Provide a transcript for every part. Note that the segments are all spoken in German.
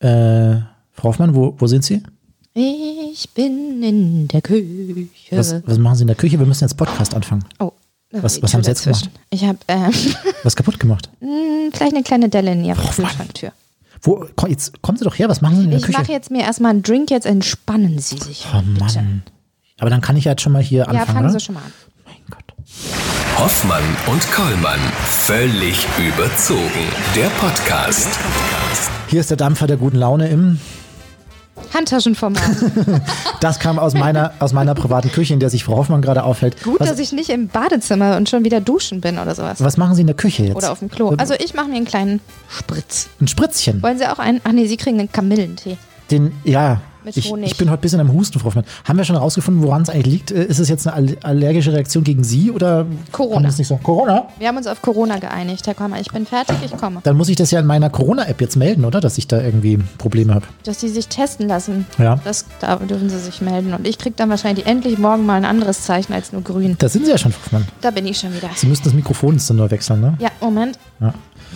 Frau Hoffmann, wo sind Sie? Ich bin in der Küche. Was machen Sie in der Küche? Wir müssen jetzt Podcast anfangen. Oh. Was haben Sie jetzt gemacht? Ich habe was kaputt gemacht? Vielleicht eine kleine Delle in Ihrer Kühlschranktür. Jetzt kommen Sie doch her, was machen Sie in der Küche? Ich mache jetzt mir erstmal einen Drink, jetzt entspannen Sie sich. Oh Mann. Bitte. Aber dann kann ich ja jetzt schon mal hier anfangen, Ja, fangen oder? Sie schon mal an. Mein Gott. Hoffmann und Kollmann. Völlig überzogen. Der Podcast. Hier ist der Dampfer der guten Laune im... Handtaschenformat. Das kam aus meiner privaten Küche, in der sich Frau Hoffmann gerade aufhält. Gut, dass ich nicht im Badezimmer und schon wieder duschen bin oder sowas. Was machen Sie in der Küche jetzt? Oder auf dem Klo. Also ich mache mir einen kleinen Spritz. Ein Spritzchen? Wollen Sie auch einen? Ach nee, Sie kriegen einen Kamillentee. Ich bin heute ein bisschen am Husten, Frau Hoffmann. Haben wir schon herausgefunden, woran es eigentlich liegt? Ist es jetzt eine allergische Reaktion gegen Sie oder? Corona. Kann man das nicht so? Corona? Wir haben uns auf Corona geeinigt, Herr Kollmann. Ich bin fertig, ich komme. Dann muss ich das ja in meiner Corona-App jetzt melden, oder? Dass ich da irgendwie Probleme habe. Dass Sie sich testen lassen. Ja. Da dürfen Sie sich melden. Und ich kriege dann wahrscheinlich endlich morgen mal ein anderes Zeichen als nur grün. Da sind Sie ja schon, Frau Hoffmann. Da bin ich schon wieder. Sie müssten das Mikrofon jetzt nur wechseln, ne? Ja, Moment. Ja.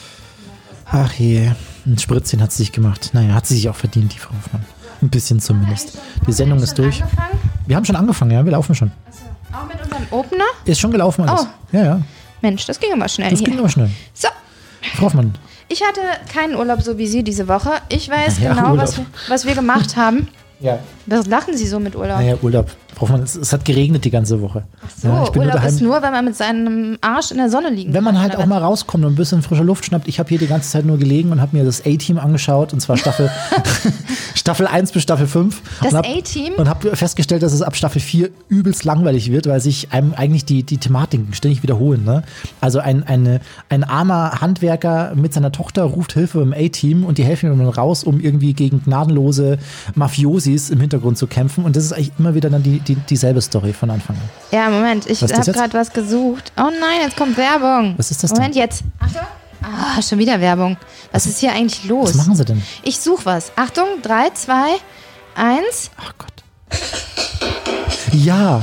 Ach je, ein Spritzchen hat sie sich gemacht. Naja, hat sie sich auch verdient, die Frau Hoffmann. Ein bisschen zumindest. Die Sendung ist durch. Angefangen? Wir haben schon angefangen, ja, wir laufen schon. Auch mit unserem Opener? Ist schon gelaufen alles. Oh. Ja. Mensch, das ging aber schnell Das hier. ging aber schnell. So, Frau Hoffmann. ich hatte keinen Urlaub so wie Sie diese Woche. Ich weiß Ja, genau, Urlaub. was wir gemacht haben. Ja. Was lachen Sie so mit Urlaub? Naja, Urlaub. Frau Hoffmann, es hat geregnet die ganze Woche. So, Ja, ich bin Urlaub nur daheim. ist nur, wenn man mit seinem Arsch in der Sonne liegen Wenn man kann, halt oder auch mal rauskommt und ein bisschen frische Luft schnappt. Ich habe hier die ganze Zeit nur gelegen und habe mir das A-Team angeschaut. Und zwar Staffel 1 bis Staffel 5. Das Und A-Team? Und habe festgestellt, dass es ab Staffel 4 übelst langweilig wird, weil sich einem eigentlich die Thematiken ständig wiederholen. Ne? Also ein armer Handwerker mit seiner Tochter ruft Hilfe im A-Team und die helfen ihm dann raus, um irgendwie gegen gnadenlose Mafiosis im Hintergrund zu kämpfen. Und das ist eigentlich immer wieder dann dieselbe Story von Anfang an. Ja, Moment, ich Was ist das habe jetzt? gerade was gesucht. Oh nein, jetzt kommt Werbung. Was ist das denn? Moment, jetzt. Achtung. Ah, schon wieder Werbung. Was ist hier eigentlich los? Was machen Sie denn? Ich suche was. Achtung, 3, 2, 1. Ach Gott. Ja.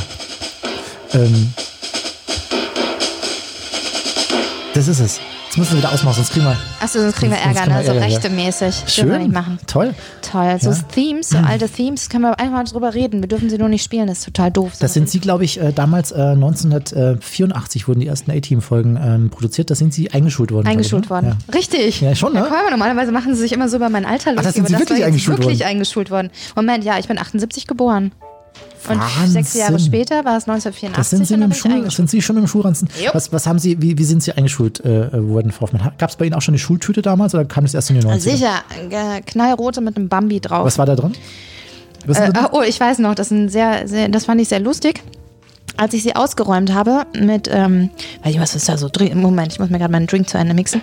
Das ist es. Jetzt müssen wir wieder ausmachen, sonst kriegen wir... Achso, sonst kriegen wir Sonst Ärger, kriegen wir ne? So Ärger, ja. rechtemäßig. Dürfen Schön. wir nicht machen. Toll. Toll. So Ja. Themes, so alte Themes, können wir einfach mal drüber reden. Wir dürfen sie nur nicht spielen, das ist total doof. Das sind Sie, glaube ich, damals 1984 wurden die ersten A-Team-Folgen produziert. Da sind Sie eingeschult worden. Eingeschult glaube ich, worden. ne? Richtig. Ja, schon, ne? Herr Kollmann, normalerweise machen sie sich immer so über mein Alter lustig. da sind Sie aber das wirklich war jetzt eingeschult wirklich worden? eingeschult worden. Moment, ja, ich bin 78 geboren. Und Wahnsinn. 6 Jahre später war es 1984. Das sind Sie, und dann mit dem bin ich Schul, eingeschult. sind Sie schon im Schulranzen. Jupp. Was haben Sie, wie sind Sie eingeschult worden, Frau Hoffmann? Gab es bei Ihnen auch schon eine Schultüte damals oder kam das erst in den 90ern? Sicher, knallrote mit einem Bambi drauf. Was war da drin? Wissen Sie das? Oh, ich weiß noch, das fand ich sehr lustig. Als ich sie ausgeräumt habe mit, weiß ich, was ist da so drin? Moment, ich muss mir gerade meinen Drink zu Ende mixen.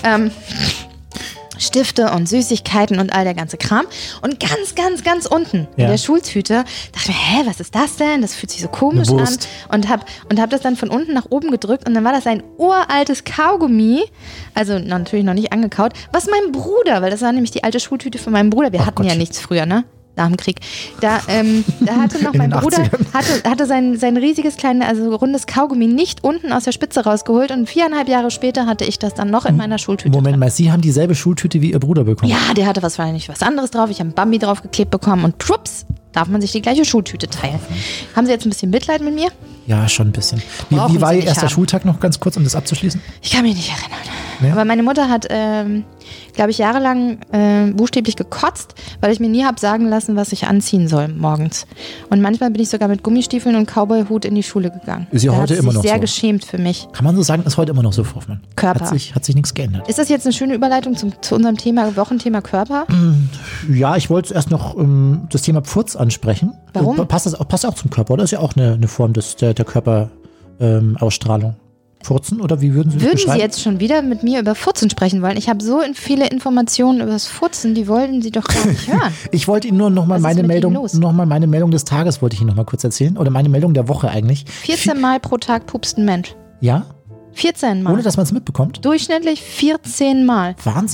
Stifte und Süßigkeiten und all der ganze Kram. Und ganz unten in Ja. der Schultüte dachte ich mir, was ist das denn? Das fühlt sich so komisch Eine an. Wurst. Und hab das dann von unten nach oben gedrückt und dann war das ein uraltes Kaugummi, also natürlich noch nicht angekaut, was mein Bruder, weil das war nämlich die alte Schultüte von meinem Bruder, wir hatten Gott. ja nichts früher, ne? Nach dem Krieg. Da hatte noch In mein den Bruder 80ern. hatte sein riesiges kleines, also rundes Kaugummi nicht unten aus der Spitze rausgeholt und 4,5 Jahre später hatte ich das dann noch in meiner Schultüte. Moment drin. mal, Sie haben dieselbe Schultüte wie Ihr Bruder bekommen. Ja, der hatte wahrscheinlich was anderes drauf. Ich habe ein Bambi draufgeklebt bekommen und schwupps, darf man sich die gleiche Schultüte teilen. Haben Sie jetzt ein bisschen Mitleid mit mir? Ja, schon ein bisschen. Brauchen Wie war Sie Ihr nicht erster haben. Schultag noch ganz kurz, um das abzuschließen? Ich kann mich nicht erinnern. Nee? Aber meine Mutter hat, glaube ich, jahrelang buchstäblich gekotzt, weil ich mir nie habe sagen lassen, was ich anziehen soll morgens. Und manchmal bin ich sogar mit Gummistiefeln und Cowboyhut in die Schule gegangen. Ist ja Da heute hat sie immer sich noch sehr so. geschämt für mich. Kann man so sagen, ist heute immer noch so, Frau Hoffmann. Körper. Hat sich nichts geändert. Ist das jetzt eine schöne Überleitung zu unserem Wochenthema Körper? Ja, ich wollte erst noch das Thema Pfurz ansprechen. Warum? Passt auch zum Körper, oder? Ist ja auch eine Form der Körperausstrahlung. Furzen, oder wie würden Sie das Würden Sie beschreiben? jetzt schon wieder mit mir über Furzen sprechen wollen? Ich habe so viele Informationen über das Furzen, die wollten Sie doch gar nicht hören. Ich wollte Ihnen nur nochmal Was ist mit Ihnen meine los? Meldung des Tages wollte ich Ihnen nochmal kurz erzählen. Oder meine Meldung der Woche eigentlich. 14 Mal pro Tag pupst ein Mensch. Ja? 14 Mal. Ohne dass man es mitbekommt? Durchschnittlich 14 Mal. Wahnsinn.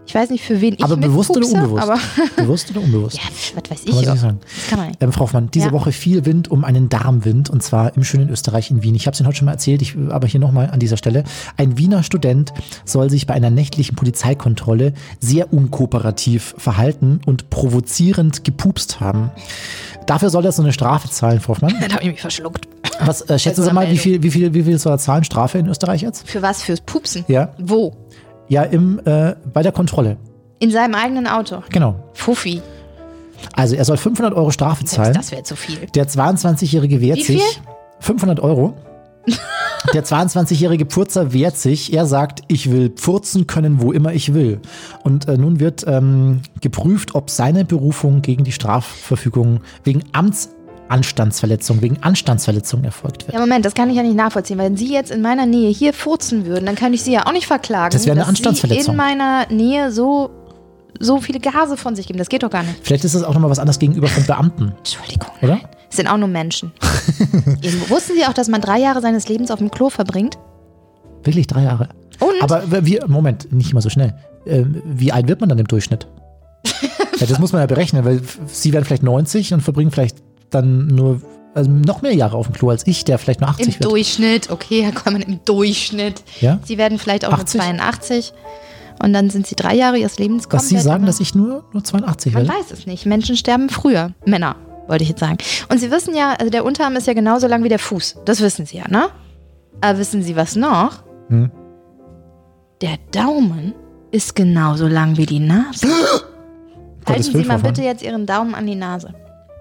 Ich weiß nicht, für wen ich aber bewusst mitpupse, oder unbewusst? Aber Bewusst oder unbewusst? ja, was weiß Kann man ich. nicht sagen. Das kann man nicht. Frau Hoffmann, diese Woche viel Wind um einen Darmwind und zwar im schönen Österreich in Wien. Ich habe es Ihnen heute schon mal erzählt, aber hier nochmal an dieser Stelle. Ein Wiener Student soll sich bei einer nächtlichen Polizeikontrolle sehr unkooperativ verhalten und provozierend gepupst haben. Dafür soll er so eine Strafe zahlen, Frau Hoffmann. Dann habe ich mich verschluckt. Was schätzen Sie mal, wie viel soll er zahlen, Strafe in Österreich jetzt? Für was? Fürs Pupsen? Ja. Wo? Ja, bei der Kontrolle. In seinem eigenen Auto? Genau. Fuffi. Also er soll 500 Euro Strafe zahlen. Das wäre zu viel. Der 22-Jährige wehrt Wie viel? sich. 500 Euro. Der 22-jährige Pfurzer wehrt sich. Er sagt, ich will pfurzen können, wo immer ich will. Und nun wird geprüft, ob seine Berufung gegen die Strafverfügung wegen Anstandsverletzung erfolgt wird. Ja, Moment, das kann ich ja nicht nachvollziehen, weil wenn Sie jetzt in meiner Nähe hier furzen würden, dann kann ich Sie ja auch nicht verklagen. Das wäre eine dass Anstandsverletzung. Sie in meiner Nähe so viele Gase von sich geben. Das geht doch gar nicht. Vielleicht ist das auch nochmal was anderes gegenüber von Beamten. Entschuldigung. Oder? Nein. Es sind auch nur Menschen. Wussten Sie auch, dass man 3 Jahre seines Lebens auf dem Klo verbringt? Wirklich 3 Jahre. Und? Aber Moment, nicht immer so schnell. Wie alt wird man dann im Durchschnitt? Ja, das muss man ja berechnen, weil Sie werden vielleicht 90 und verbringen vielleicht dann nur noch mehr Jahre auf dem Klo als ich, der vielleicht nur 80 Im wird. Durchschnitt, okay, Herr Kollmann, im Durchschnitt. Ja? Sie werden vielleicht auch 80? nur 82 und dann sind Sie 3 Jahre Ihres Lebens komplett. Was Sie sagen, immer- dass ich nur 82 Man werde? weiß es nicht. Menschen sterben früher. Männer, wollte ich jetzt sagen. Und Sie wissen ja, also der Unterarm ist ja genauso lang wie der Fuß. Das wissen Sie ja, ne? Aber wissen Sie was noch? Der Daumen ist genauso lang wie die Nase. Halten Sie mal bitte jetzt Ihren Daumen an die Nase.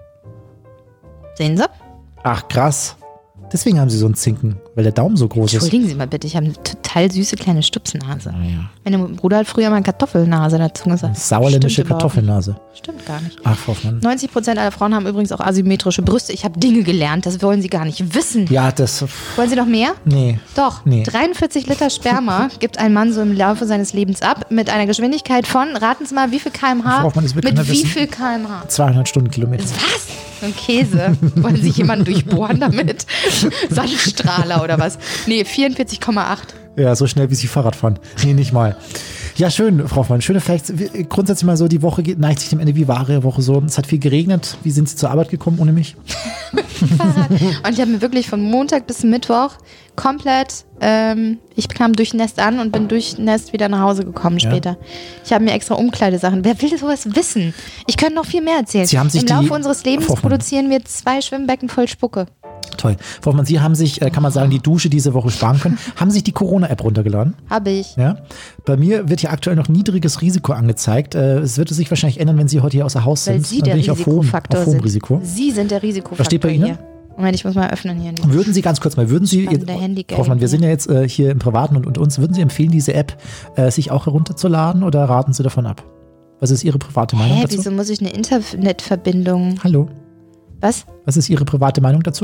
Sehen Sie? Ach, krass. Deswegen haben Sie so einen Zinken, weil der Daumen so groß ist. Entschuldigen Sie mal bitte, ich habe eine total süße kleine Stupsnase. Ja. Mein Bruder hat früher mal Kartoffelnase dazu gesagt. Sauerländische Stimmt überhaupt Kartoffelnase. nicht. Stimmt gar nicht. Ach, Frau Hoffmann. 90% aller Frauen haben übrigens auch asymmetrische Brüste. Ich habe Dinge gelernt, das wollen Sie gar nicht wissen. Ja, das. Wollen Sie noch mehr? Nee. Doch. Nee. 43 Liter Sperma gibt ein Mann so im Laufe seines Lebens ab mit einer Geschwindigkeit von, raten Sie mal, wie viel kmh? Frau Hoffmann, das will keiner Mit wie wissen. viel kmh? 200 Stundenkilometer. Was? So ein Käse. Wollen Sie jemanden durchbohren damit? Sandstrahler oder was? Nee, 44,8. Ja, so schnell wie Sie Fahrrad fahren. Nee, nicht mal. Ja, schön, Frau Hoffmann. Schöne Facts. Grundsätzlich mal so, die Woche neigt sich dem Ende. Wie war Ihre Woche so? Es hat viel geregnet. Wie sind Sie zur Arbeit gekommen ohne mich? Und ich habe mir wirklich von Montag bis Mittwoch komplett, ich kam durchnässt an und bin durchnässt wieder nach Hause gekommen später. Ich habe mir extra Umkleidesachen. Wer will sowas wissen? Ich könnte noch viel mehr erzählen. Sie haben sich Im Laufe unseres Lebens Frau Hoffmann. produzieren wir 2 Schwimmbecken voll Spucke. Toll. Frau Hoffmann, Sie haben sich, kann man sagen, die Dusche diese Woche sparen können. Haben sich die Corona-App runtergeladen? Habe ich. Ja. Bei mir wird hier aktuell noch niedriges Risiko angezeigt. Es wird sich wahrscheinlich ändern, wenn Sie heute hier außer Haus Weil sind. Sie Dann der bin ich auf hohem Risikofaktor sind. Risiko. Sie sind der Risikofaktor. Was steht bei Ihnen? Hier. Moment, ich muss mal öffnen hier. Würden Sie ganz kurz mal, Spannende Handygame, Frau Hoffmann, wir ja. sind ja jetzt hier im Privaten und uns, würden Sie empfehlen, diese App sich auch herunterzuladen oder raten Sie davon ab? Was ist Ihre private Meinung dazu? Wieso muss ich eine Internetverbindung? Hallo, Was? was ist Ihre private Meinung dazu?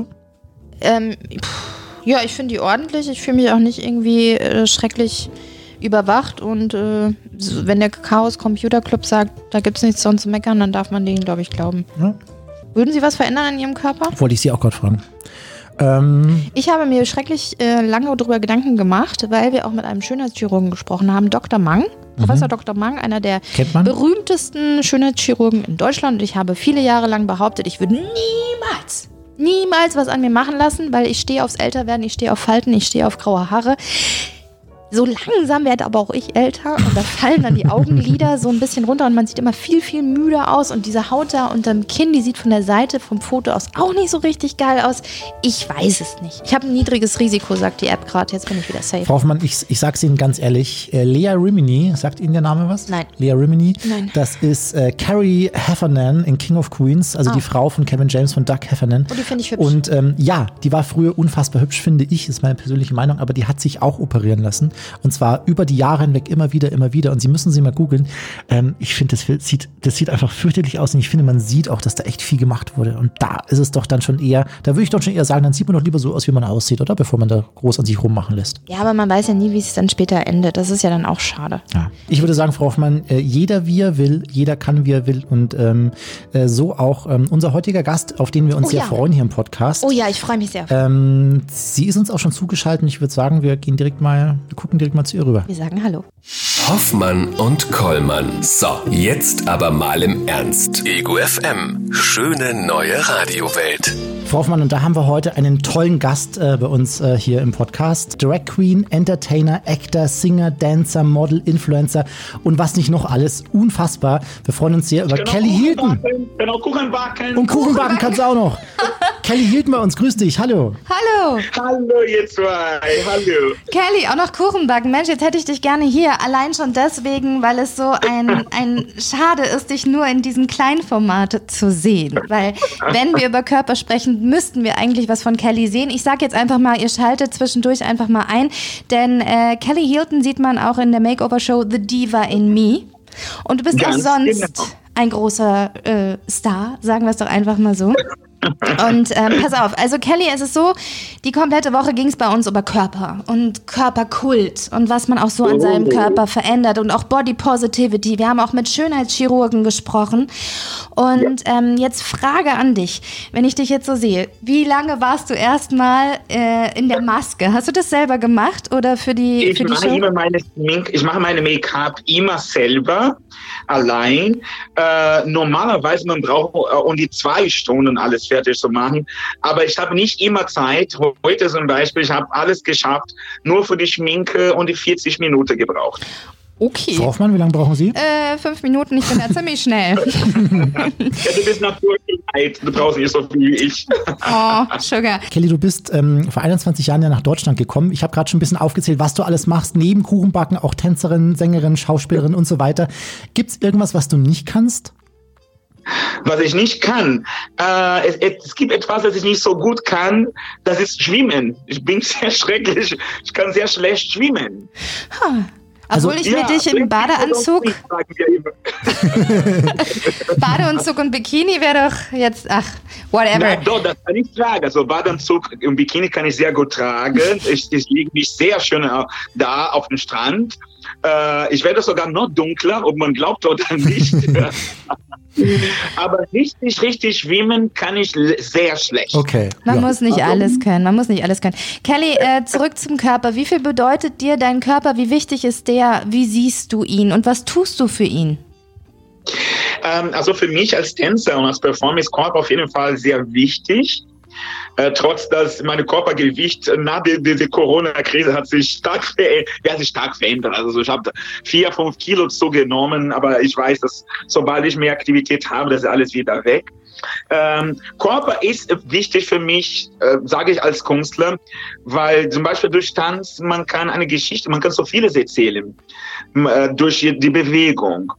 Ja, ich finde die ordentlich. Ich fühle mich auch nicht irgendwie schrecklich überwacht und wenn der Chaos Computer Club sagt, da gibt es nichts sonst zu meckern, dann darf man denen, glaube ich, glauben. Ja. Würden Sie was verändern an Ihrem Körper? Wollte ich Sie auch gerade fragen. Ich habe mir schrecklich lange darüber Gedanken gemacht, weil wir auch mit einem Schönheitschirurgen gesprochen haben, Dr. Mang. Professor Dr. Mang, einer der Kennt man? berühmtesten Schönheitschirurgen in Deutschland. Und ich habe viele Jahre lang behauptet, ich würde niemals was an mir machen lassen, weil ich stehe aufs Älterwerden, ich stehe auf Falten, ich stehe auf graue Haare. So langsam werde aber auch ich älter und da fallen dann die Augenlider so ein bisschen runter und man sieht immer viel, viel müder aus und diese Haut da unterm Kinn, die sieht von der Seite vom Foto aus auch nicht so richtig geil aus. Ich weiß es nicht. Ich habe ein niedriges Risiko, sagt die App gerade. Jetzt bin ich wieder safe. Frau Hoffmann, ich sag's Ihnen ganz ehrlich, Lea Rimini, sagt Ihnen der Name was? Nein. Lea Rimini? Nein. Das ist Carrie Heffernan in King of Queens, also die Frau von Kevin James, von Doug Heffernan. Oh, die finde ich hübsch. Und ja, die war früher unfassbar hübsch, finde ich, ist meine persönliche Meinung, aber die hat sich auch operieren lassen. Und zwar über die Jahre hinweg immer wieder. Und Sie müssen sie mal googeln. Ich finde, das sieht einfach fürchterlich aus. Und ich finde, man sieht auch, dass da echt viel gemacht wurde. Und da ist es doch dann schon eher, da würde ich doch schon eher sagen, dann sieht man doch lieber so aus, wie man aussieht, oder? Bevor man da groß an sich rummachen lässt. Ja, aber man weiß ja nie, wie es dann später endet. Das ist ja dann auch schade. Ja. Ich würde sagen, Frau Hoffmann, jeder wie er will, jeder kann wie er will. Und so auch unser heutiger Gast, auf den wir uns sehr freuen hier im Podcast. Oh ja, ich freue mich sehr. Sie ist uns auch schon zugeschaltet. Ich würde sagen, wir gucken direkt mal zu ihr rüber. Wir sagen Hallo. Hoffmann und Kollmann. So, jetzt aber mal im Ernst. Ego FM. Schöne neue Radiowelt. Frau Hoffmann, und da haben wir heute einen tollen Gast bei uns hier im Podcast. Drag Queen, Entertainer, Actor, Singer, Dancer, Model, Influencer und was nicht noch alles. Unfassbar. Wir freuen uns sehr über Kelly Hilton. Genau, Kuchen backen. Und Kuchen backen kannst du auch noch. Kelly Hilton bei uns, grüß dich, hallo. Hallo. Hallo ihr zwei, hallo. Kelly, auch noch Kuchen backen. Mensch, jetzt hätte ich dich gerne hier. Allein schon deswegen, weil es so ein Schade ist, dich nur in diesem Kleinformat zu sehen. Weil wenn wir über Körper sprechen, müssten wir eigentlich was von Kelly sehen. Ich sag jetzt einfach mal, ihr schaltet zwischendurch einfach mal ein. Denn Kelly Hilton sieht man auch in der Makeover-Show The Diva in Me. Und du bist auch sonst ein großer Star, sagen wir es doch einfach mal so. Und pass auf, also Kelly, es ist so, die komplette Woche ging es bei uns über Körper und Körperkult und was man auch so an seinem Körper verändert und auch Body Positivity. Wir haben auch mit Schönheitschirurgen gesprochen und jetzt Frage an dich, wenn ich dich jetzt so sehe, wie lange warst du erstmal in der Maske? Hast du das selber gemacht oder für die Show? Ich mache meine Make-up immer selber, allein. Normalerweise man braucht um die 2 Stunden alles fertig zu machen, aber ich habe nicht immer Zeit. Heute zum Beispiel, ich habe alles geschafft, nur für die Schminke und die 40 Minuten gebraucht. Okay. Frau Hoffmann, wie lange brauchen Sie? 5 Minuten, ich bin da ziemlich schnell. Ja, du bist natürlich, du brauchst nicht so viel wie ich. Oh, Sugar. Kelly, du bist vor 21 Jahren ja nach Deutschland gekommen. Ich habe gerade schon ein bisschen aufgezählt, was du alles machst, neben Kuchenbacken, auch Tänzerin, Sängerin, Schauspielerin und so weiter. Gibt es irgendwas, was du nicht kannst? Was ich nicht kann, es gibt etwas, das ich nicht so gut kann, das ist Schwimmen. Ich bin sehr schrecklich, ich kann sehr schlecht schwimmen. Obwohl ich mir dich im Badeanzug, Badeanzug und Bikini wäre doch jetzt, whatever. Nein, doch, das kann ich tragen. Also Badeanzug und Bikini kann ich sehr gut tragen. Ich liege mich sehr schön da auf dem Strand. Ich werde sogar noch dunkler, ob man glaubt oder nicht. Aber richtig schwimmen kann ich sehr schlecht. Okay. Man muss nicht alles können. Kelly, zurück zum Körper. Wie viel bedeutet dir dein Körper? Wie wichtig ist der? Wie siehst du ihn? Und was tust du für ihn? Also für mich als Tänzer und als Performer ist Körper auf jeden Fall sehr wichtig. Trotz dass mein Körpergewicht nach der Corona-Krise hat sich stark verändert. Also ich habe 4-5 Kilo zugenommen, aber ich weiß, dass sobald ich mehr Aktivität habe, das ist alles wieder weg. Körper ist wichtig für mich, sage ich als Künstler, weil zum Beispiel durch Tanz, man kann eine Geschichte, man kann so vieles erzählen, durch die Bewegung.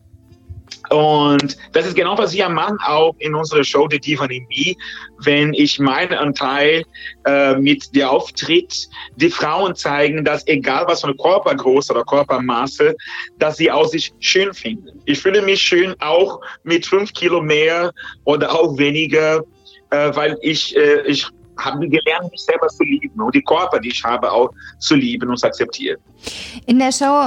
Und das ist genau, was wir machen, auch in unserer Show The Diva in Me, wenn ich meinen Anteil mit der Auftritt die Frauen zeigen, dass egal was für eine Körpergröße oder Körpermaße, dass sie auch sich schön finden. Ich fühle mich schön auch mit 5 Kilo mehr oder auch weniger, weil ich habe gelernt, mich selber zu lieben und die Körper, die ich habe, auch zu lieben und zu akzeptieren. In der Show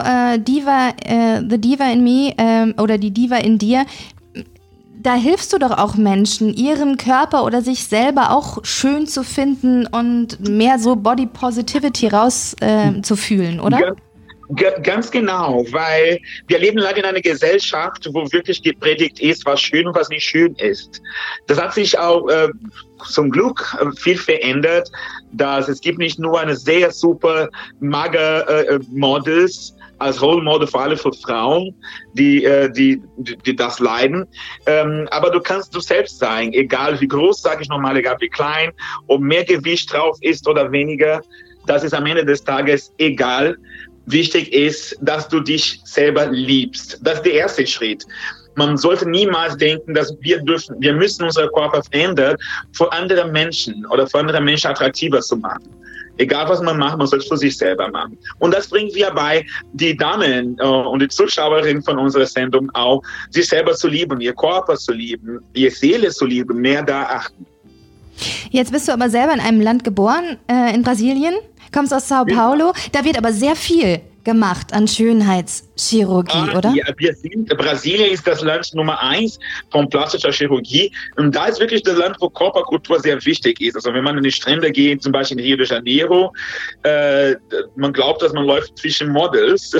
The Diva in Me oder die Diva in dir, da hilfst du doch auch Menschen, ihren Körper oder sich selber auch schön zu finden und mehr so Body Positivity rauszufühlen, oder? Ganz genau, weil wir leben leider in einer Gesellschaft, wo wirklich gepredigt ist, was schön und was nicht schön ist. Das hat sich auch zum Glück viel verändert, dass es gibt nicht nur eine sehr super mager Models als Role Model für alle für Frauen, die das leiden, aber du kannst du selbst sein, egal wie groß, sage ich nochmal, egal wie klein, ob mehr Gewicht drauf ist oder weniger, das ist am Ende des Tages egal. Wichtig ist, dass du dich selber liebst. Das ist der erste Schritt. Man sollte niemals denken, dass wir müssen unseren Körper verändern, für andere Menschen oder für andere Menschen attraktiver zu machen. Egal was man macht, man soll es für sich selber machen. Und das bringen wir bei, die Damen und die Zuschauerinnen von unserer Sendung auch, sich selber zu lieben, ihr Körper zu lieben, ihre Seele zu lieben, mehr da achten. Jetzt bist du aber selber in einem Land geboren, in Brasilien, kommst aus Sao Paulo, da wird aber sehr viel gemacht an Schönheitschirurgie, oder? Ja, Brasilien ist das Land Nummer 1 von plastischer Chirurgie. Und da ist wirklich das Land, wo Körperkultur sehr wichtig ist. Also wenn man in die Strände geht, zum Beispiel in Rio de Janeiro, man glaubt, dass man läuft zwischen Models.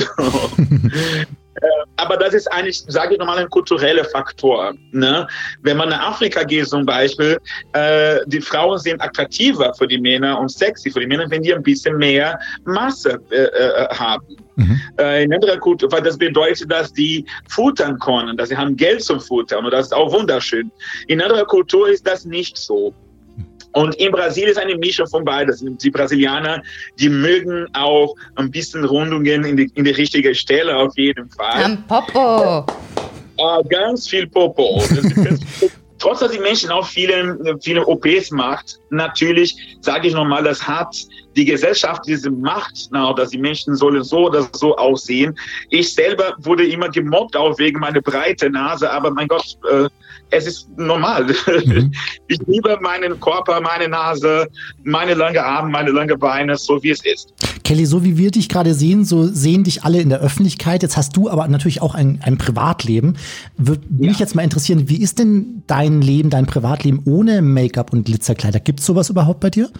Aber das ist eigentlich, sage ich nochmal, ein kultureller Faktor. Ne? Wenn man nach Afrika geht zum Beispiel, die Frauen sind attraktiver für die Männer und sexy für die Männer, wenn die ein bisschen mehr Masse haben. In anderer Kultur, weil das bedeutet, dass die futtern können, dass sie haben Geld zum Futtern und das ist auch wunderschön. In anderer Kultur ist das nicht so. Und in Brasilien ist eine Mischung von beides. Die Brasilianer, die mögen auch ein bisschen Rundungen in die richtige Stelle auf jeden Fall. Am Popo. Ganz viel Popo. Trotz, dass die Menschen auch viele OPs macht, natürlich, sage ich nochmal, das hat die Gesellschaft diese Macht, dass die Menschen sollen so oder so aussehen. Ich selber wurde immer gemobbt, auch wegen meiner breiten Nase, aber mein Gott, es ist normal. Ich liebe meinen Körper, meine Nase, meine lange Arme, meine lange Beine, so wie es ist. Kelly, so wie wir dich gerade sehen, so sehen dich alle in der Öffentlichkeit. Jetzt hast du aber natürlich auch ein Privatleben. Würde mich jetzt mal interessieren, wie ist denn dein Leben, dein Privatleben ohne Make-up und Glitzerkleider? Gibt es sowas überhaupt bei dir?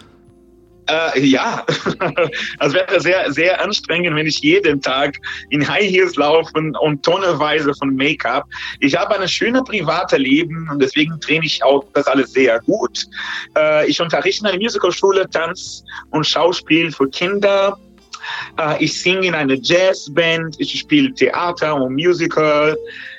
Ja, es wäre sehr, sehr anstrengend, wenn ich jeden Tag in High Heels laufe und tonnenweise von Make-up. Ich habe ein schönes privates Leben und deswegen trainiere ich auch das alles sehr gut. Ich unterrichte in einer Musicalschule Tanz und Schauspiel für Kinder. Ich singe in einer Jazzband, ich spiele Theater und Musical.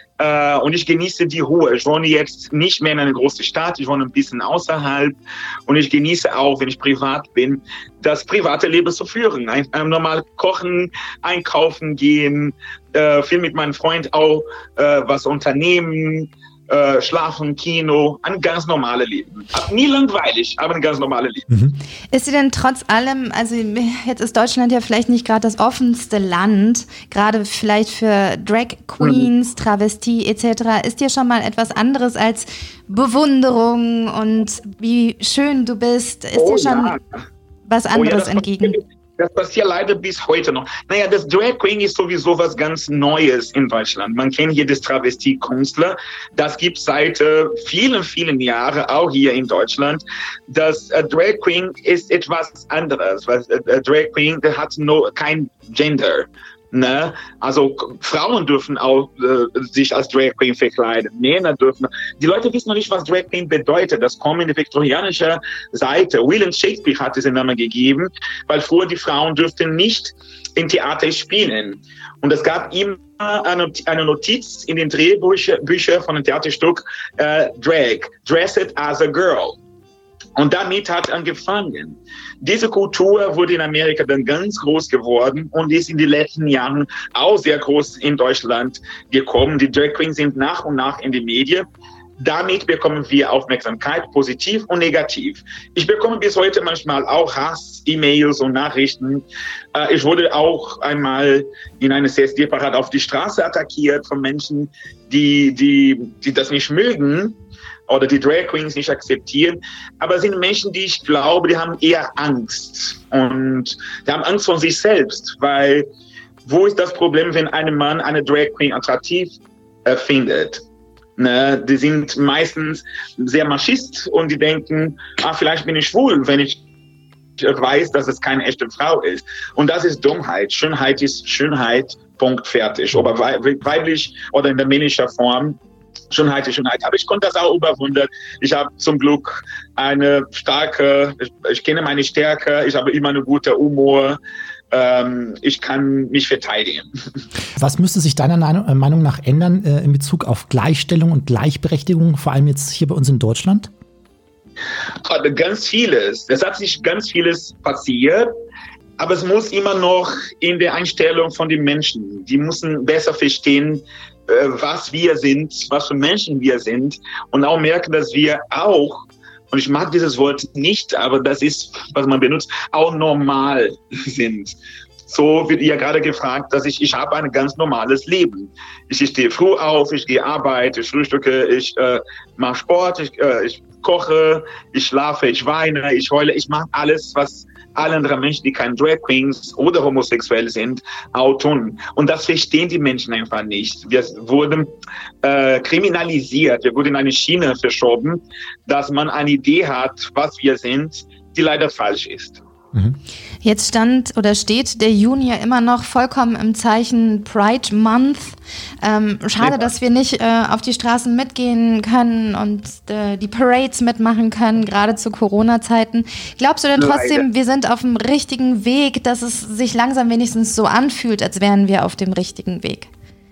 Und ich genieße die Ruhe. Ich wohne jetzt nicht mehr in einer großen Stadt, ich wohne ein bisschen außerhalb und ich genieße auch, wenn ich privat bin, das private Leben zu führen. Normal kochen, einkaufen gehen, viel mit meinem Freund auch was unternehmen, schlafen, Kino, ein ganz normales Leben. Nie langweilig, aber ein ganz normales Leben. Ist dir denn trotz allem, also jetzt ist Deutschland ja vielleicht nicht gerade das offenste Land, gerade vielleicht für Drag Queens, Travestie etc., ist dir schon mal etwas anderes als Bewunderung und wie schön du bist? Ist dir schon was anderes entgegen? Das passiert leider bis heute noch. Naja, das Drag Queen ist sowieso was ganz Neues in Deutschland. Man kennt hier das Travestie-Künstler. Das gibt es seit vielen, vielen Jahren auch hier in Deutschland. Das Drag Queen ist etwas anderes. Weil Drag Queen hat kein Gender. Ne? Also Frauen dürfen auch sich als Drag Queen verkleiden, Männer dürfen. Die Leute wissen noch nicht, was Drag Queen bedeutet. Das kommt in die viktorianische Seite. William Shakespeare hat diesen Namen gegeben, weil früher die Frauen dürften nicht im Theater spielen. Und es gab immer eine Notiz in den Drehbüchern von dem Theaterstück Drag, Dress it as a girl. Und damit hat angefangen. Diese Kultur wurde in Amerika dann ganz groß geworden und ist in den letzten Jahren auch sehr groß in Deutschland gekommen. Die Drag Queens sind nach und nach in die Medien. Damit bekommen wir Aufmerksamkeit, positiv und negativ. Ich bekomme bis heute manchmal auch Hass, E-Mails und Nachrichten. Ich wurde auch einmal in einer CSD-Parade auf die Straße attackiert von Menschen, die das nicht mögen oder die Drag Queens nicht akzeptieren. Aber es sind Menschen, die ich glaube, die haben eher Angst. Und die haben Angst vor sich selbst, weil wo ist das Problem, wenn ein Mann eine Drag Queen attraktiv findet? Ne, die sind meistens sehr maschist und die denken, vielleicht bin ich schwul, wenn ich weiß, dass es keine echte Frau ist. Und das ist Dummheit. Schönheit ist Schönheit, Punkt, fertig. Ob weiblich oder in der männlichen Form. Schönheit ist Schönheit. Aber ich konnte das auch überwunden. Ich habe zum Glück eine starke, ich kenne meine Stärke, ich habe immer einen guten Humor. Ich kann mich verteidigen. Was müsste sich deiner Meinung nach ändern in Bezug auf Gleichstellung und Gleichberechtigung, vor allem jetzt hier bei uns in Deutschland? Ganz vieles. Es hat sich ganz vieles passiert, aber es muss immer noch in der Einstellung von den Menschen. Die müssen besser verstehen, was wir sind, was für Menschen wir sind und auch merken, dass wir auch, und ich mag dieses Wort nicht, aber das ist, was man benutzt, auch normal sind. So wird ihr gerade gefragt, dass ich habe ein ganz normales Leben. Ich stehe früh auf, ich gehe arbeiten, ich frühstücke, ich mache Sport, ich koche, ich schlafe, ich weine, ich heule, ich mache alles, was alle anderen Menschen, die keine Drag Queens oder homosexuell sind, auch tun. Und das verstehen die Menschen einfach nicht. Wir wurden kriminalisiert, wir wurden in eine Schiene verschoben, dass man eine Idee hat, was wir sind, die leider falsch ist. Jetzt steht der Juni ja immer noch vollkommen im Zeichen Pride Month. Schade, dass wir nicht auf die Straßen mitgehen können und die Parades mitmachen können, gerade zu Corona-Zeiten. Glaubst du denn trotzdem, wir sind auf dem richtigen Weg, dass es sich langsam wenigstens so anfühlt, als wären wir auf dem richtigen Weg?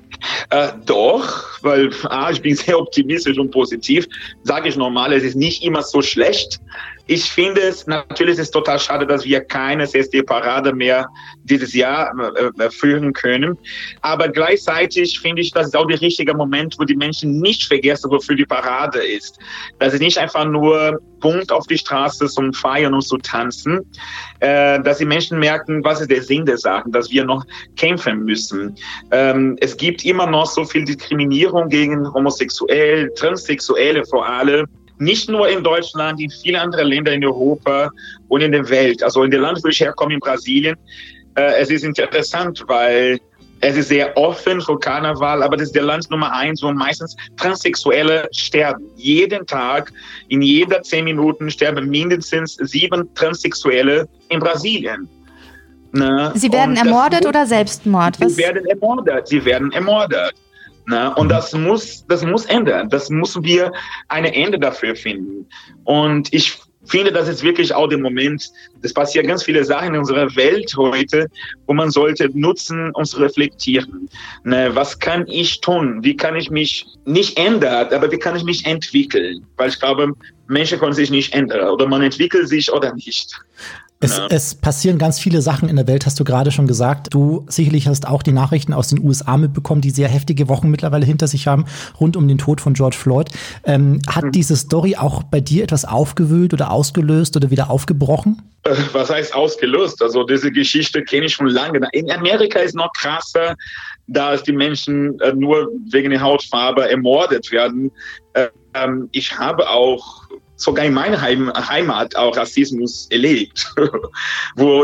Doch, weil ich bin sehr optimistisch und positiv, sage ich normal, es ist nicht immer so schlecht. Ich finde es, natürlich ist es total schade, dass wir keine CSD-Parade mehr dieses Jahr führen können. Aber gleichzeitig finde ich, das ist auch der richtige Moment, wo die Menschen nicht vergessen, wofür die Parade ist. Das ist nicht einfach nur Punkt auf die Straße zum Feiern und zu tanzen, dass die Menschen merken, was ist der Sinn der Sache, dass wir noch kämpfen müssen. Es gibt immer noch so viel Diskriminierung gegen Homosexuelle, Transsexuelle vor allem. Nicht nur in Deutschland, in vielen anderen Ländern in Europa und in der Welt. Also in dem Land, wo ich herkomme, in Brasilien. Es ist interessant, weil es ist sehr offen für Karneval, aber das ist der Land Nummer 1, wo meistens Transsexuelle sterben. Jeden Tag, in jeder 10 Minuten sterben mindestens 7 Transsexuelle in Brasilien. Ne? Sie werden ermordet oder Selbstmord? Sie werden ermordet. Na, und das muss ändern. Das müssen wir ein Ende dafür finden. Und ich finde, das ist wirklich auch der Moment, es passieren ganz viele Sachen in unserer Welt heute, wo man sollte nutzen und reflektieren. Ne, was kann ich tun? Wie kann ich mich nicht ändern, aber wie kann ich mich entwickeln? Weil ich glaube, Menschen können sich nicht ändern. Oder man entwickelt sich oder nicht. Es passieren ganz viele Sachen in der Welt, hast du gerade schon gesagt. Du sicherlich hast auch die Nachrichten aus den USA mitbekommen, die sehr heftige Wochen mittlerweile hinter sich haben, rund um den Tod von George Floyd. Hat diese Story auch bei dir etwas aufgewühlt oder ausgelöst oder wieder aufgebrochen? Was heißt ausgelöst? Also diese Geschichte kenne ich schon lange. In Amerika ist noch krasser, dass die Menschen nur wegen der Hautfarbe ermordet werden. Ich habe auch sogar in meiner Heimat auch Rassismus erlebt, wo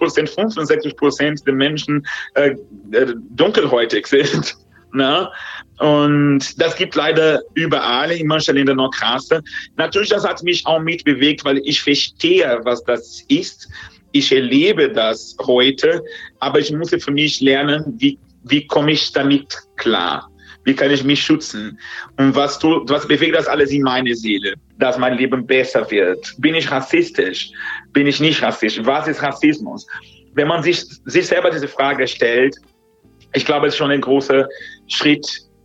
65% der Menschen dunkelhäutig sind. Na? Und das gibt leider überall, in manchen Ländern noch krasser. Natürlich, das hat mich auch mitbewegt, weil ich verstehe, was das ist. Ich erlebe das heute, aber ich musste für mich lernen, wie komme ich damit klar? Wie kann ich mich schützen? Und was bewegt das alles in meine Seele? Dass mein Leben besser wird. Bin ich rassistisch? Bin ich nicht rassistisch? Was ist Rassismus? Wenn man sich selber diese Frage stellt, ich glaube, es ist schon ein großer Schritt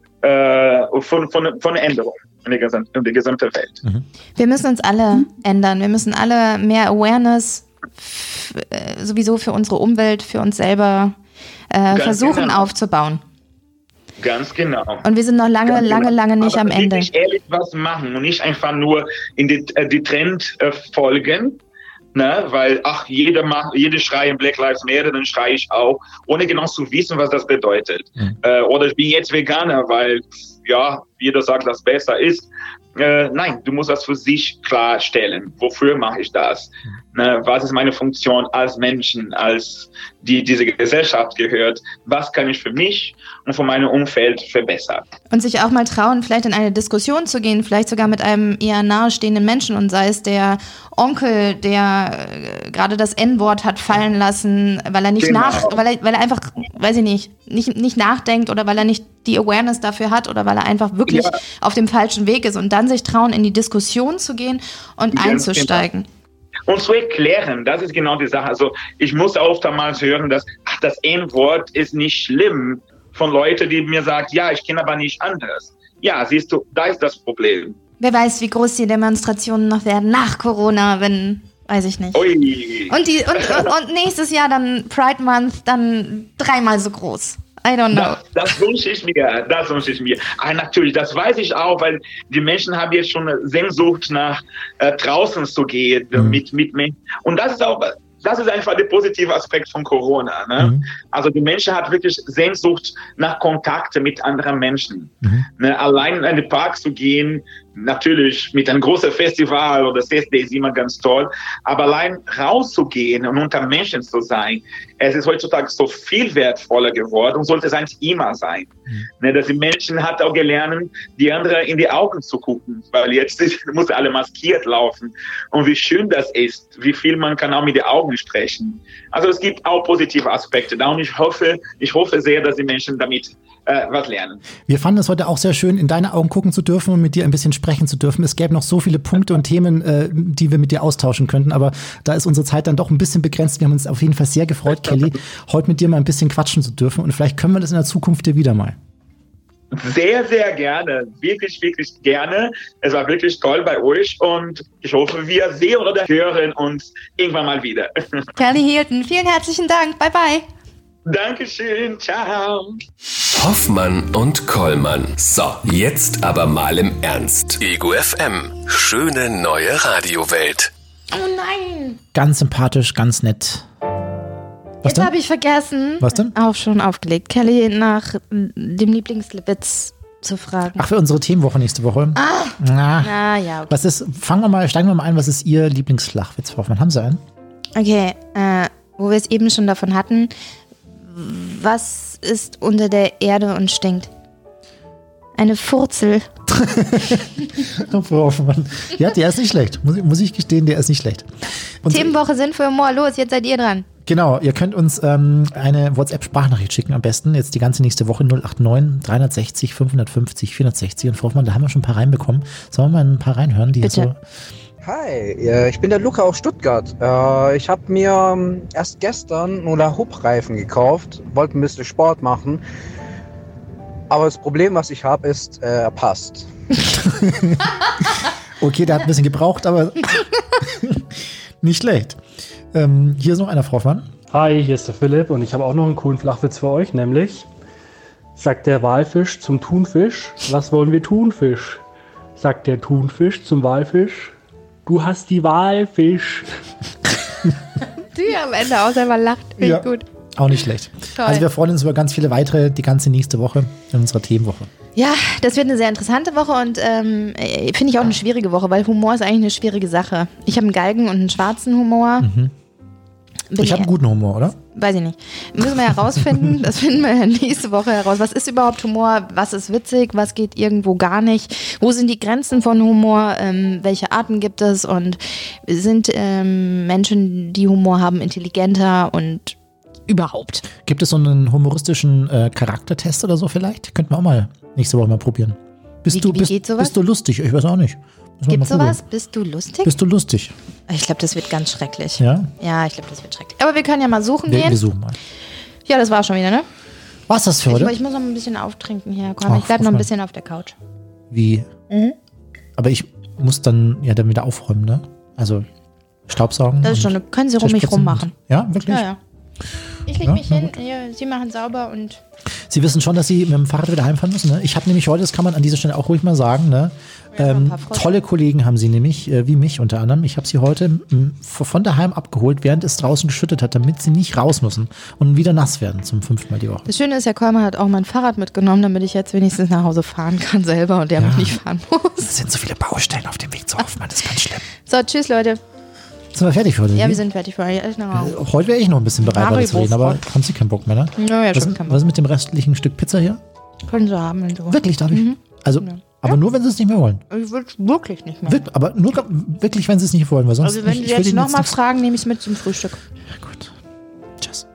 von Änderung in der gesamten Welt. Wir müssen uns alle ändern. Wir müssen alle mehr Awareness sowieso für unsere Umwelt, für uns selber versuchen aufzubauen. Ganz genau. Und wir sind noch lange nicht am Ende. Wirklich ehrlich was machen und nicht einfach nur in die Trend folgen, ne? Weil jeder schreien Black Lives Matter, dann schreie ich auch, ohne genau zu wissen, was das bedeutet. Oder ich bin jetzt Veganer, weil jeder sagt, dass besser ist. Nein, du musst das für sich klarstellen. Wofür mache ich das? Was ist meine Funktion als Menschen, als diese Gesellschaft gehört? Was kann ich für mich und für mein Umfeld verbessern? Und sich auch mal trauen, vielleicht in eine Diskussion zu gehen, vielleicht sogar mit einem eher nahestehenden Menschen und sei es der Onkel, der gerade das N-Wort hat fallen lassen, weil er nicht weil er einfach, weiß ich nicht nachdenkt oder weil er nicht die Awareness dafür hat oder weil er einfach wirklich auf dem falschen Weg ist und dann sich trauen, in die Diskussion zu gehen und einzusteigen. Genau. Und zu erklären, das ist genau die Sache. Also ich muss oftmals hören, dass das N-Wort ist nicht schlimm von Leuten, die mir sagen, ja, ich kenne aber nicht anders. Ja, siehst du, da ist das Problem. Wer weiß, wie groß die Demonstrationen noch werden nach Corona, weiß ich nicht. Ui. Und nächstes Jahr dann Pride Month, dann 3-mal so groß. I don't know. Das wünsche ich mir. Aber natürlich, das weiß ich auch, weil die Menschen haben jetzt schon eine Sehnsucht nach draußen zu gehen mit Menschen. Und das ist einfach der positive Aspekt von Corona. Ne? Also die Menschen hat wirklich Sehnsucht nach Kontakte mit anderen Menschen. Ne? Allein in den Park zu gehen natürlich mit einem großen Festival oder CSD ist immer ganz toll, aber allein rauszugehen und unter Menschen zu sein, es ist heutzutage so viel wertvoller geworden und sollte es eigentlich immer sein. Dass die Menschen hat auch gelernt, die anderen in die Augen zu gucken, weil jetzt muss alle maskiert laufen. Und wie schön das ist, wie viel man kann auch mit den Augen sprechen. Also es gibt auch positive Aspekte da und ich hoffe sehr, dass die Menschen damit was lernen. Wir fanden es heute auch sehr schön, in deine Augen gucken zu dürfen und mit dir ein bisschen sprechen zu dürfen. Es gäbe noch so viele Punkte und Themen, die wir mit dir austauschen könnten, aber da ist unsere Zeit dann doch ein bisschen begrenzt. Wir haben uns auf jeden Fall sehr gefreut, Kelly, heute mit dir mal ein bisschen quatschen zu dürfen und vielleicht können wir das in der Zukunft dir wieder mal. Sehr, sehr gerne. Wirklich, wirklich gerne. Es war wirklich toll bei euch und ich hoffe, wir sehen oder hören uns irgendwann mal wieder. Kelly Hilton, vielen herzlichen Dank. Bye, bye. Dankeschön. Ciao. Hoffmann und Kollmann. So, jetzt aber mal im Ernst. Ego FM. Schöne neue Radiowelt. Oh nein. Ganz sympathisch, ganz nett. Jetzt habe ich vergessen. Was denn? Auch schon aufgelegt. Kelly nach dem Lieblingswitz zu fragen. Ach, für unsere Themenwoche nächste Woche. Na ja, okay. Steigen wir mal ein, was ist Ihr Lieblingsflachwitz, Hoffmann? Haben Sie einen? Okay, wo wir es eben schon davon hatten. Was ist unter der Erde und stinkt? Eine Furzel. Hoffmann. Ja, der ist nicht schlecht. Muss ich gestehen, der ist nicht schlecht. Themenwoche Sinn für Humor. Los, jetzt seid ihr dran. Genau, ihr könnt uns eine WhatsApp-Sprachnachricht schicken, am besten jetzt die ganze nächste Woche 089 360 550 460 und Frau Hoffmann, da haben wir schon ein paar reinbekommen. Sollen wir mal ein paar reinhören? Die Bitte. So Hi, ich bin der Luca aus Stuttgart. Ich habe mir erst gestern Hula-Hoop-Reifen gekauft, wollte ein bisschen Sport machen. Aber das Problem, was ich habe, ist, er passt. Okay, der hat ein bisschen gebraucht, aber nicht schlecht. Hier ist noch einer, Frau Hoffmann. Hi, hier ist der Philipp und ich habe auch noch einen coolen Flachwitz für euch, nämlich sagt der Walfisch zum Thunfisch, was wollen wir tun, Fisch? Sagt der Thunfisch zum Walfisch, du hast die Walfisch. Die am Ende auch selber lacht. Finde ich gut. Auch nicht schlecht. Toll. Also wir freuen uns über ganz viele weitere, die ganze nächste Woche in unserer Themenwoche. Ja, das wird eine sehr interessante Woche und finde ich auch eine schwierige Woche, weil Humor ist eigentlich eine schwierige Sache. Ich habe einen Galgen- und einen schwarzen Humor. Ich habe einen guten Humor, oder? Weiß ich nicht. Müssen wir herausfinden. Das finden wir ja nächste Woche heraus. Was ist überhaupt Humor? Was ist witzig? Was geht irgendwo gar nicht? Wo sind die Grenzen von Humor? Welche Arten gibt es? Und sind Menschen, die Humor haben, intelligenter und überhaupt? Gibt es so einen humoristischen Charaktertest oder so vielleicht? Könnten wir auch mal nächste Woche mal probieren. Wie geht sowas? Bist du lustig? Ich weiß auch nicht. Gibt sowas? Bist du lustig? Bist du lustig? Ich glaube, das wird ganz schrecklich. Ja? Ja, ich glaube, das wird schrecklich. Aber wir können ja mal suchen gehen. Wir suchen mal. Ja, das war schon wieder, ne? Was das für heute? Ich muss noch ein bisschen auftrinken hier. Komm, ich bleib noch ein bisschen auf der Couch. Wie? Aber ich muss dann ja dann wieder aufräumen, ne? Also Staubsaugen. Das ist schon, können Sie ruhig rummachen. Ja, wirklich? Ja. Ich leg mich hin, Sie machen sauber und... Sie wissen schon, dass Sie mit dem Fahrrad wieder heimfahren müssen, ne? Ich habe nämlich heute, das kann man an dieser Stelle auch ruhig mal sagen, ne? Tolle Kollegen haben Sie nämlich, wie mich unter anderem. Ich habe Sie heute von daheim abgeholt, während es draußen geschüttet hat, damit Sie nicht raus müssen und wieder nass werden zum 5. Mal die Woche. Das Schöne ist, Herr Kollmann hat auch mein Fahrrad mitgenommen, damit ich jetzt wenigstens nach Hause fahren kann selber und der mich nicht fahren muss. Es sind so viele Baustellen auf dem Weg zu Hoffmann, das ist ganz schlimm. So, tschüss Leute. Sind wir fertig für heute? Ja, wir sind fertig für heute. Heute wäre ich noch ein bisschen bereit, weiter zu reden, aber haben Sie keinen Bock mehr, ne? Ja, schon keinen Bock. Was ist mit dem restlichen Stück Pizza hier? Können Sie haben, wenn Sie wollen. Wirklich, darf ich? Also, aber nur, wenn Sie es nicht mehr wollen. Ich will es wirklich nicht mehr. Aber nur wirklich, wenn Sie es nicht wollen, weil sonst. Also, wenn Sie jetzt nochmal fragen, nehme ich es mit zum Frühstück. Ja, gut. Tschüss.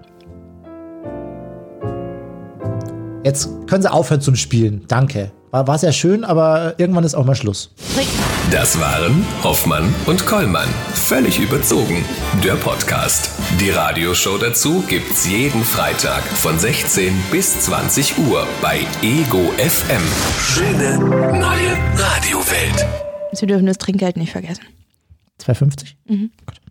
Jetzt können Sie aufhören zum Spielen. Danke. War sehr schön, aber irgendwann ist auch mal Schluss. Das waren Hoffmann und Kollmann. Völlig überzogen. Der Podcast. Die Radioshow dazu gibt's jeden Freitag von 16 bis 20 Uhr bei Ego FM. Schöne neue Radiowelt. Sie dürfen das Trinkgeld nicht vergessen. 2,50? Mhm. Gut.